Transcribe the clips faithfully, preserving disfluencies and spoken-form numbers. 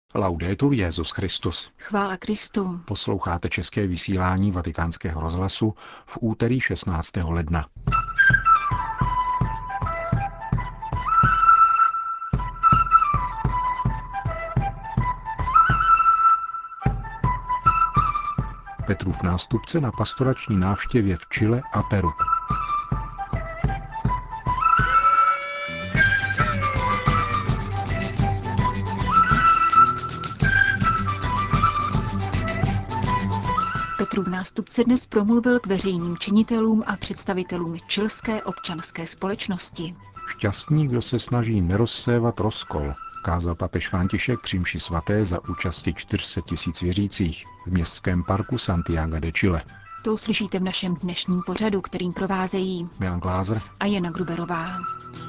Laudetur Jesus Christus. Chvála Kristu. Posloucháte české vysílání Vatikánského rozhlasu v úterý šestnáctého ledna. Petrův nástupce na pastorační návštěvě v Chile a Peru. Petrův nástupce dnes promluvil k veřejným činitelům a představitelům chilské občanské společnosti. Šťastný, kdo se snaží nerozsévat rozkol, kázal papež František při mši svaté za účasti čtyři sta tisíc věřících v městském parku Santiago de Chile. To uslyšíte v našem dnešním pořadu, kterým provázejí Milan Glázer a Jana Gruberová.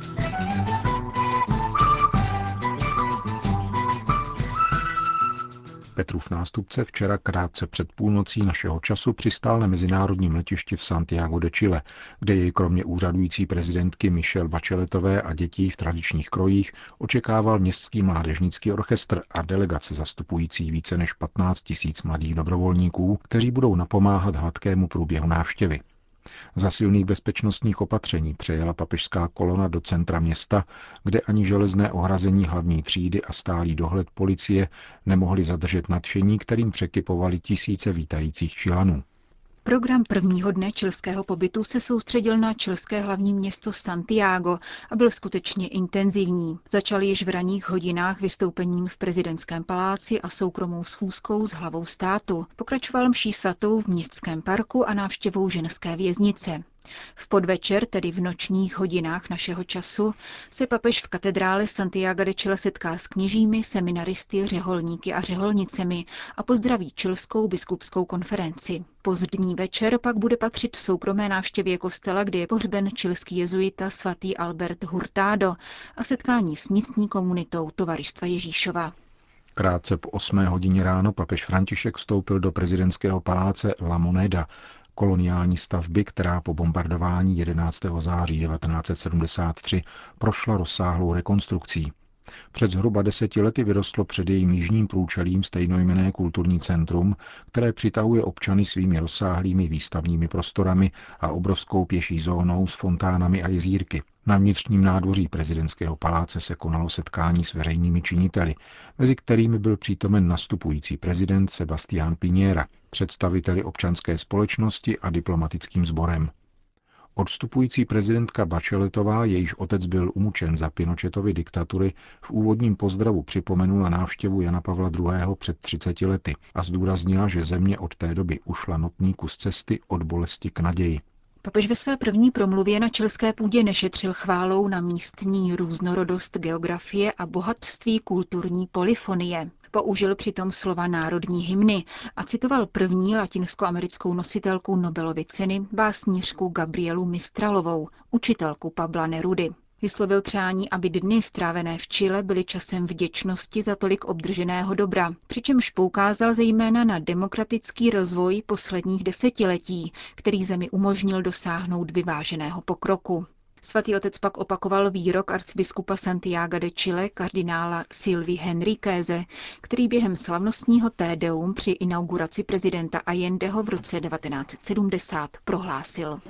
Petrův nástupce včera krátce před půlnocí našeho času přistál na mezinárodním letišti v Santiago de Chile, kde jej kromě úřadující prezidentky Michelle Bacheletové a dětí v tradičních krojích očekával městský mládežnický orchestr a delegace zastupující více než patnáct tisíc mladých dobrovolníků, kteří budou napomáhat hladkému průběhu návštěvy. Za silných bezpečnostních opatření přejela papežská kolona do centra města, kde ani železné ohrazení hlavní třídy a stálý dohled policie nemohli zadržet nadšení, kterým překypovali tisíce vítajících Chilanů. Program prvního dne chilského pobytu se soustředil na chilské hlavní město Santiago a byl skutečně intenzivní. Začal již v ranních hodinách vystoupením v prezidentském paláci a soukromou schůzkou s hlavou státu. Pokračoval mší svatou v městském parku a návštěvou ženské věznice. V podvečer, tedy v nočních hodinách našeho času, se papež v katedrále Santiago de Chile setká s kněžími, seminaristy, řeholníky a řeholnicemi a pozdraví chilskou biskupskou konferenci. Pozdní večer pak bude patřit soukromé návštěvě kostela, kde je pohřben chilský jezuita svatý Albert Hurtado a setkání s místní komunitou Tovaristva Ježíšova. Krátce po osmé hodině ráno papež František vstoupil do prezidentského paláce La Moneda, koloniální stavby, která po bombardování jedenáctého září devatenáct set sedmdesát tři prošla rozsáhlou rekonstrukcí. Před zhruba deseti lety vyrostlo před jejím jižním průčelím stejnojmenné kulturní centrum, které přitahuje občany svými rozsáhlými výstavními prostorami a obrovskou pěší zónou s fontánami a jezírky. Na vnitřním nádvoří prezidentského paláce se konalo setkání s veřejnými činiteli, mezi kterými byl přítomen nastupující prezident Sebastián Piñera, představiteli občanské společnosti a diplomatickým sborem. Odstupující prezidentka Bacheletová, jejíž otec byl umučen za Pinochetovy diktatury, v úvodním pozdravu připomenula návštěvu Jana Pavla druhého. před třiceti lety a zdůraznila, že země od té doby ušla notný kus cesty od bolesti k naději. Papež ve své první promluvě na chilské půdě nešetřil chválou na místní různorodost geografie a bohatství kulturní polyfonie. Použil přitom slova národní hymny a citoval první latinskoamerickou nositelku Nobelovy ceny, básnířku Gabrielu Mistralovou, učitelku Pabla Nerudy. Vyslovil přání, aby dny strávené v Chile byly časem vděčnosti za tolik obdrženého dobra, přičemž poukázal zejména na demokratický rozvoj posledních desetiletí, který zemi umožnil dosáhnout vyváženého pokroku. Svatý otec pak opakoval výrok arcibiskupa Santiago de Chile kardinála Silvy Henriqueze, který během slavnostního tédeum při inauguraci prezidenta Allendeho v roce devatenáct set sedmdesát prohlásil.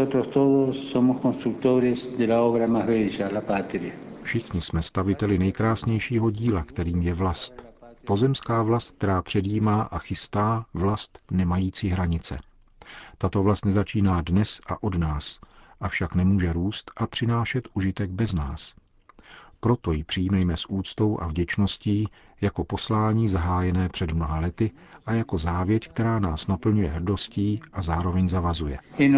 Všichni jsme staviteli nejkrásnějšího díla, kterým je vlast. Pozemská vlast, která předjímá a chystá vlast nemající hranice. Tato vlast nezačíná dnes a od nás, avšak nemůže růst a přinášet užitek bez nás. Proto ji přijmejme s úctou a vděčností jako poslání zahájené před mnoha lety a jako závěť, která nás naplňuje hrdostí a zároveň zavazuje.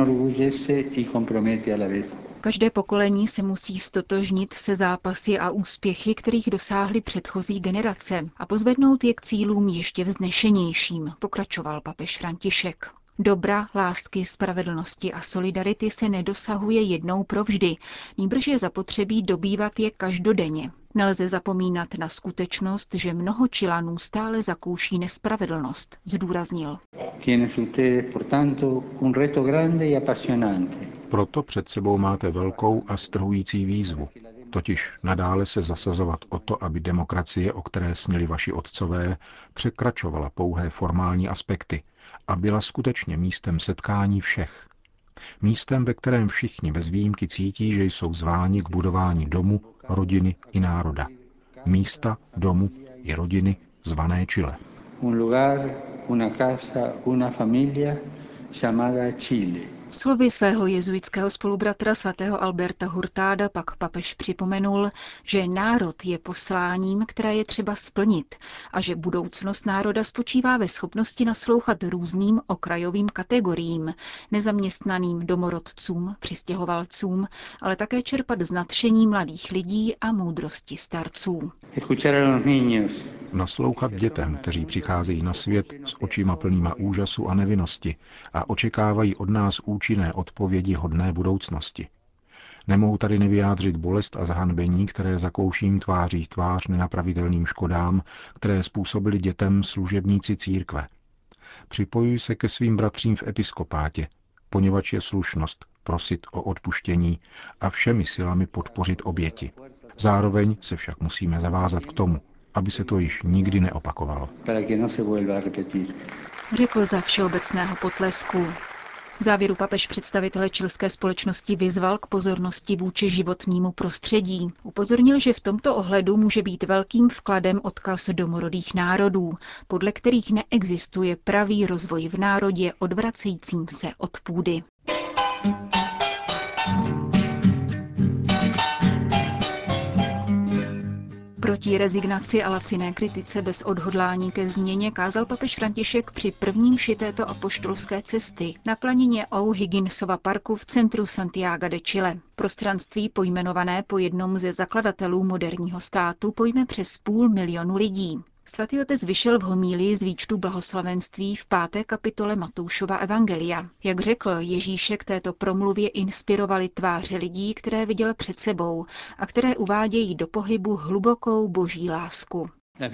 Každé pokolení se musí stotožnit se zápasy a úspěchy, kterých dosáhly předchozí generace a pozvednout je k cílům ještě vznešenějším, pokračoval papež František. Dobra, lásky, spravedlnosti a solidarity se nedosahuje jednou provždy, nýbrž je zapotřebí dobývat je každodenně. Nelze zapomínat na skutečnost, že mnoho Chilanů stále zakouší nespravedlnost, zdůraznil. Proto před sebou máte velkou a strhující výzvu. totiž nadále se zasazovat o to, aby demokracie, o které snili vaši otcové, překračovala pouhé formální aspekty a byla skutečně místem setkání všech. Místem, ve kterém všichni bez výjimky cítí, že jsou zváni k budování domu, rodiny i národa. Místa, domu i rodiny zvané Chile. Un lugar, una casa, una familia llamada Chile. Slovy svého jezuitského spolubratra svatého Alberta Hurtáda pak papež připomenul, že národ je posláním, které je třeba splnit a že budoucnost národa spočívá ve schopnosti naslouchat různým okrajovým kategoriím, nezaměstnaným domorodcům, přistěhovalcům, ale také čerpat z nadšení mladých lidí a moudrosti starců. Naslouchat dětem, kteří přicházejí na svět s očima plnýma úžasu a nevinnosti a očekávají od nás účinné odpovědi hodné budoucnosti. Nemohu tady nevyjádřit bolest a zahanbení, které zakouším tváří v tvář nenapravitelným škodám, které způsobili dětem služebníci církve. Připojuji se ke svým bratřím v episkopátě, poněvadž je slušnost prosit o odpuštění a všemi silami podpořit oběti. Zároveň se však musíme zavázat k tomu, aby se to již nikdy neopakovalo. Řekl za všeobecného potlesku. V závěru papež představitele chilské společnosti vyzval k pozornosti vůči životnímu prostředí. Upozornil, že v tomto ohledu může být velkým vkladem odkaz domorodých národů, podle kterých neexistuje pravý rozvoj v národě odvracejícím se od půdy. Proti rezignaci a laciné kritice bez odhodlání ke změně kázal papež František při prvním mši této apoštolské cesty na planině O'Higginsova parku v centru Santiaga de Chile. Prostranství pojmenované po jednom ze zakladatelů moderního státu pojme přes půl milionu lidí. Svatý otec vyšel v homílii z výčtu blahoslavenství v páté kapitole Matoušova evangelia. Jak řekl, Ježíše k této promluvě inspirovali tváře lidí, které viděl před sebou a které uvádějí do pohybu hlubokou boží lásku.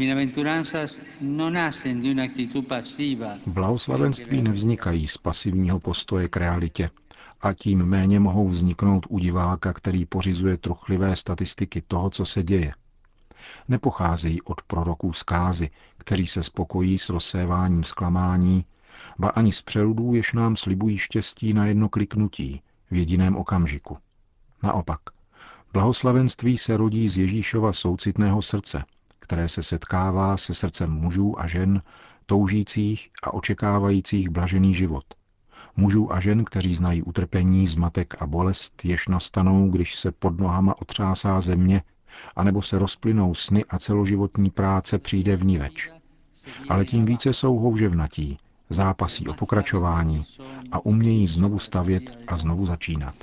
Blahoslavenství nevznikají z pasivního postoje k realitě a tím méně mohou vzniknout u diváka, který pořizuje truchlivé statistiky toho, co se děje. Nepocházejí od proroků zkázy, kteří se spokojí s rozséváním zklamání, ba ani z přeludů, jež nám slibují štěstí na jedno kliknutí, v jediném okamžiku. Naopak, blahoslavenství se rodí z Ježíšova soucitného srdce, které se setkává se srdcem mužů a žen, toužících a očekávajících blažený život. Mužů a žen, kteří znají utrpení, zmatek a bolest, jež nastanou, když se pod nohama otřásá země, anebo se rozplynou sny a celoživotní práce přijde vniveč. Ale tím více jsou houževnatí, zápasí o pokračování a umějí znovu stavět a znovu začínat.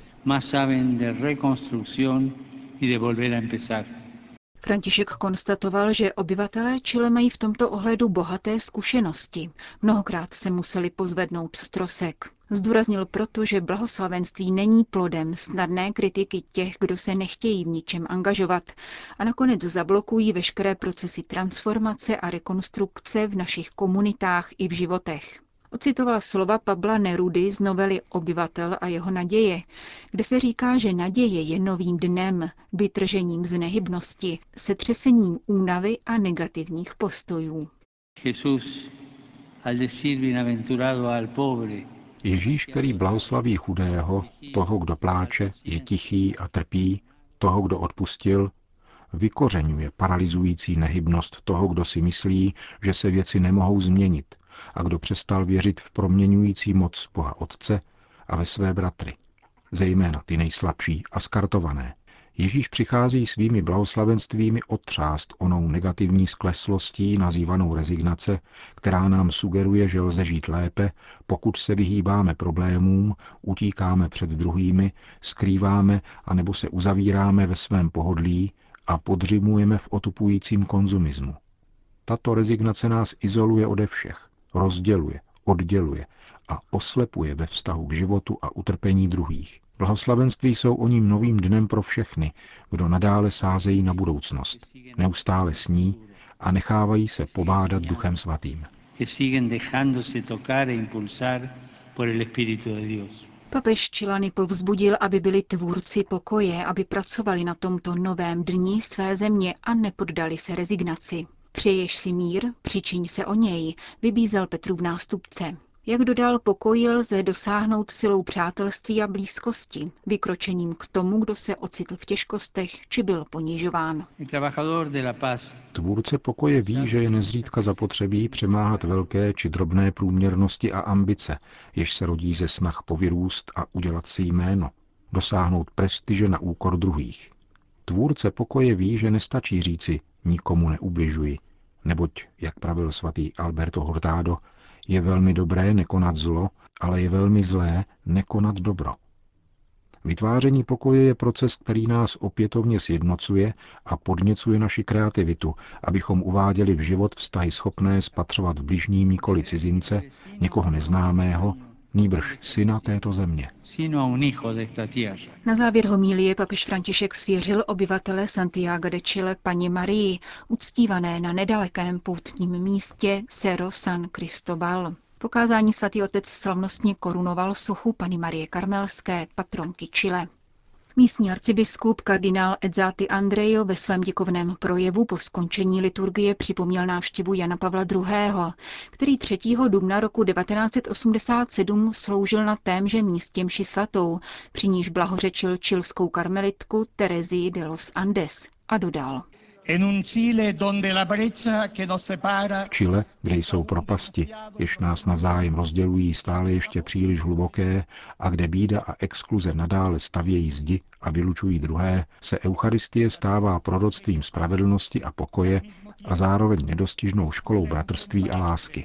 František konstatoval, že obyvatelé Chile mají v tomto ohledu bohaté zkušenosti. Mnohokrát se museli pozvednout z trosek. Zdůraznil proto, že blahoslavenství není plodem snadné kritiky těch, kdo se nechtějí v ničem angažovat a nakonec zablokují veškeré procesy transformace a rekonstrukce v našich komunitách i v životech. Ocitoval slova Pabla Nerudy z novely Obyvatel a jeho naděje, kde se říká, že naděje je novým dnem, vytržením z nehybnosti, setřesením únavy a negativních postojů. Ježíš, který blahoslaví chudého, toho, kdo pláče, je tichý a trpí, toho, kdo odpustil, vykořeňuje paralyzující nehybnost toho, kdo si myslí, že se věci nemohou změnit a kdo přestal věřit v proměňující moc Boha Otce a ve své bratry, zejména ty nejslabší a skartované. Ježíš přichází svými blahoslavenstvími otřást onou negativní skleslostí nazývanou rezignace, která nám sugeruje, že lze žít lépe, pokud se vyhýbáme problémům, utíkáme před druhými, skrýváme anebo se uzavíráme ve svém pohodlí a podřimujeme v otupujícím konzumismu. Tato rezignace nás izoluje ode všech, rozděluje, odděluje a oslepuje ve vztahu k životu a utrpení druhých. Blahoslavenství jsou o ním novým dnem pro všechny, kdo nadále sázejí na budoucnost, neustále sní a nechávají se pobádat Duchem Svatým. Papež Čilany povzbudil, aby byli tvůrci pokoje, aby pracovali na tomto novém dni své země a nepoddali se rezignaci. Přeješ si mír, přičiň se o něj, vybízel Petrův nástupce. Jak dodal, pokoj lze dosáhnout silou přátelství a blízkosti, vykročením k tomu, kdo se ocitl v těžkostech či byl ponižován. Tvůrce pokoje ví, že je nezřídka zapotřebí přemáhat velké či drobné průměrnosti a ambice, jež se rodí ze snah povyrůst a udělat si jméno, dosáhnout prestiže na úkor druhých. Tvůrce pokoje ví, že nestačí říci nikomu neubližuji, neboť, jak pravil svatý Alberto Hurtado, je velmi dobré nekonat zlo, ale je velmi zlé nekonat dobro. Vytváření pokoje je proces, který nás opětovně sjednocuje a podněcuje naši kreativitu, abychom uváděli v život vztahy schopné spatřovat v bližním nikoli cizince, někoho neznámého, nýbrž syna této země. Na závěr homilie papež František svěřil obyvatele Santiaga de Chile Panně Marii, uctívané na nedalekém poutním místě Cerro San Cristobal. Po kázání svatý otec slavnostně korunoval sochu Panny Marie Karmelské, patronky Chile. Místní arcibiskup kardinál Edzati Andrejo ve svém děkovném projevu po skončení liturgie připomněl návštěvu Jana Pavla druhého., který třetího dubna roku devatenáct set osmdesát sedm sloužil na témže místě mši svatou, při níž blahořečil chilskou karmelitku Teresii de los Andes a dodal: V Chile, kde jsou propasti, jež nás navzájem rozdělují, stále ještě příliš hluboké a kde bída a exkluze nadále stavějí zdi a vylučují druhé, se Eucharistie stává proroctvím spravedlnosti a pokoje a zároveň nedostižnou školou bratrství a lásky.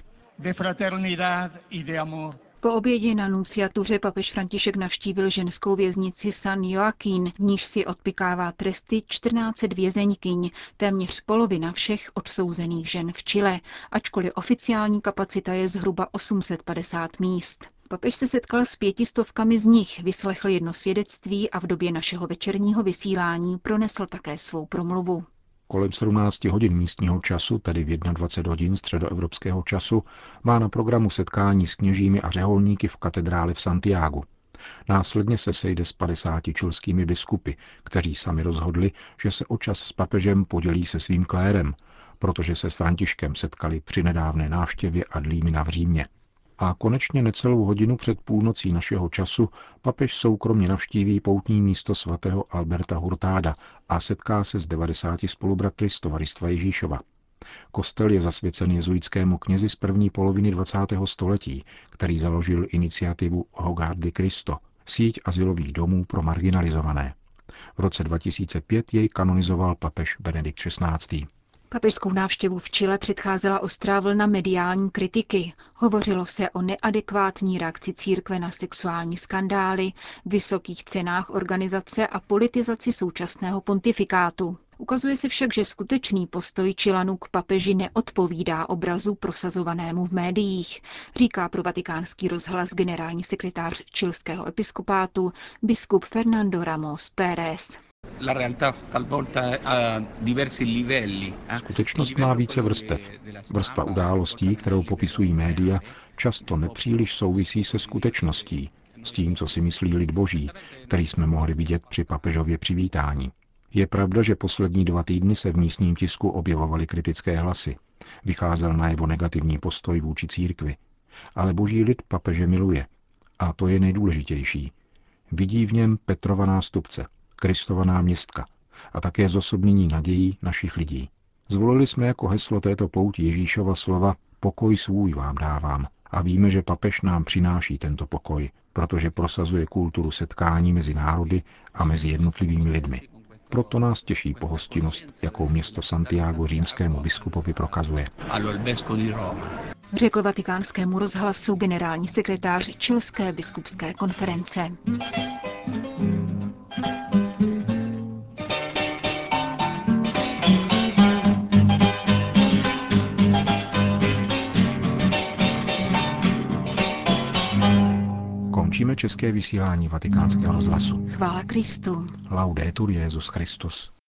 Po obědě na nunciatuře papež František navštívil ženskou věznici San Joaquín, v níž si odpykává tresty čtrnáct set vězeňkyň, téměř polovina všech odsouzených žen v Chile, ačkoliv oficiální kapacita je zhruba osm set padesát míst. Papež se setkal s pětistovkami z nich, vyslechl jedno svědectví a v době našeho večerního vysílání pronesl také svou promluvu. Kolem sedmnáct hodin místního času, tedy v dvacet jedna hodin středoevropského času, má na programu setkání s kněžími a řeholníky v katedráli v Santiagu. Následně se sejde s padesáti chilskými biskupy, kteří sami rozhodli, že se o čas s papežem podělí se svým klérem, protože se s Františkem setkali při nedávné návštěvě ad limina v Římě. A konečně necelou hodinu před půlnocí našeho času papež soukromě navštíví poutní místo svatého Alberta Hurtáda a setká se s devadesáti spolubratry z Tovaristva Ježíšova. Kostel je zasvěcen jezuitskému knězi z první poloviny dvacátého století, který založil iniciativu Hogar de Cristo, síť azylových domů pro marginalizované. V roce dva tisíce pět jej kanonizoval papež Benedikt šestnáctý. Papežskou návštěvu v Chile předcházela ostrá vlna mediální kritiky. Hovořilo se o neadekvátní reakci církve na sexuální skandály, vysokých cenách organizace a politizaci současného pontifikátu. Ukazuje se však, že skutečný postoj Chilanů k papeži neodpovídá obrazu prosazovanému v médiích, říká pro Vatikánský rozhlas generální sekretář chilského episkopátu biskup Fernando Ramos Pérez. Skutečnost má více vrstev. Vrstva událostí, kterou popisují média, často nepříliš souvisí se skutečností, s tím, co si myslí lid boží, který jsme mohli vidět při papežově přivítání. Je pravda, že poslední dva týdny se v místním tisku objevovaly kritické hlasy. Vycházel najevo negativní postoj vůči církvi. Ale boží lid papeže miluje. A to je nejdůležitější. Vidí v něm Petrova nástupce, Kristova náměstka a také zosobnění nadějí našich lidí. Zvolili jsme jako heslo této pouti Ježíšova slova pokoj svůj vám dávám a víme, že papež nám přináší tento pokoj, protože prosazuje kulturu setkání mezi národy a mezi jednotlivými lidmi. Proto nás těší pohostinnost, jakou město Santiago římskému biskupovi prokazuje. Řekl Vatikánskému rozhlasu generální sekretář Chilské biskupské konference. Končíme české vysílání Vatikánského rozhlasu. Chvála Kristu. Laudetur Jesus Christus.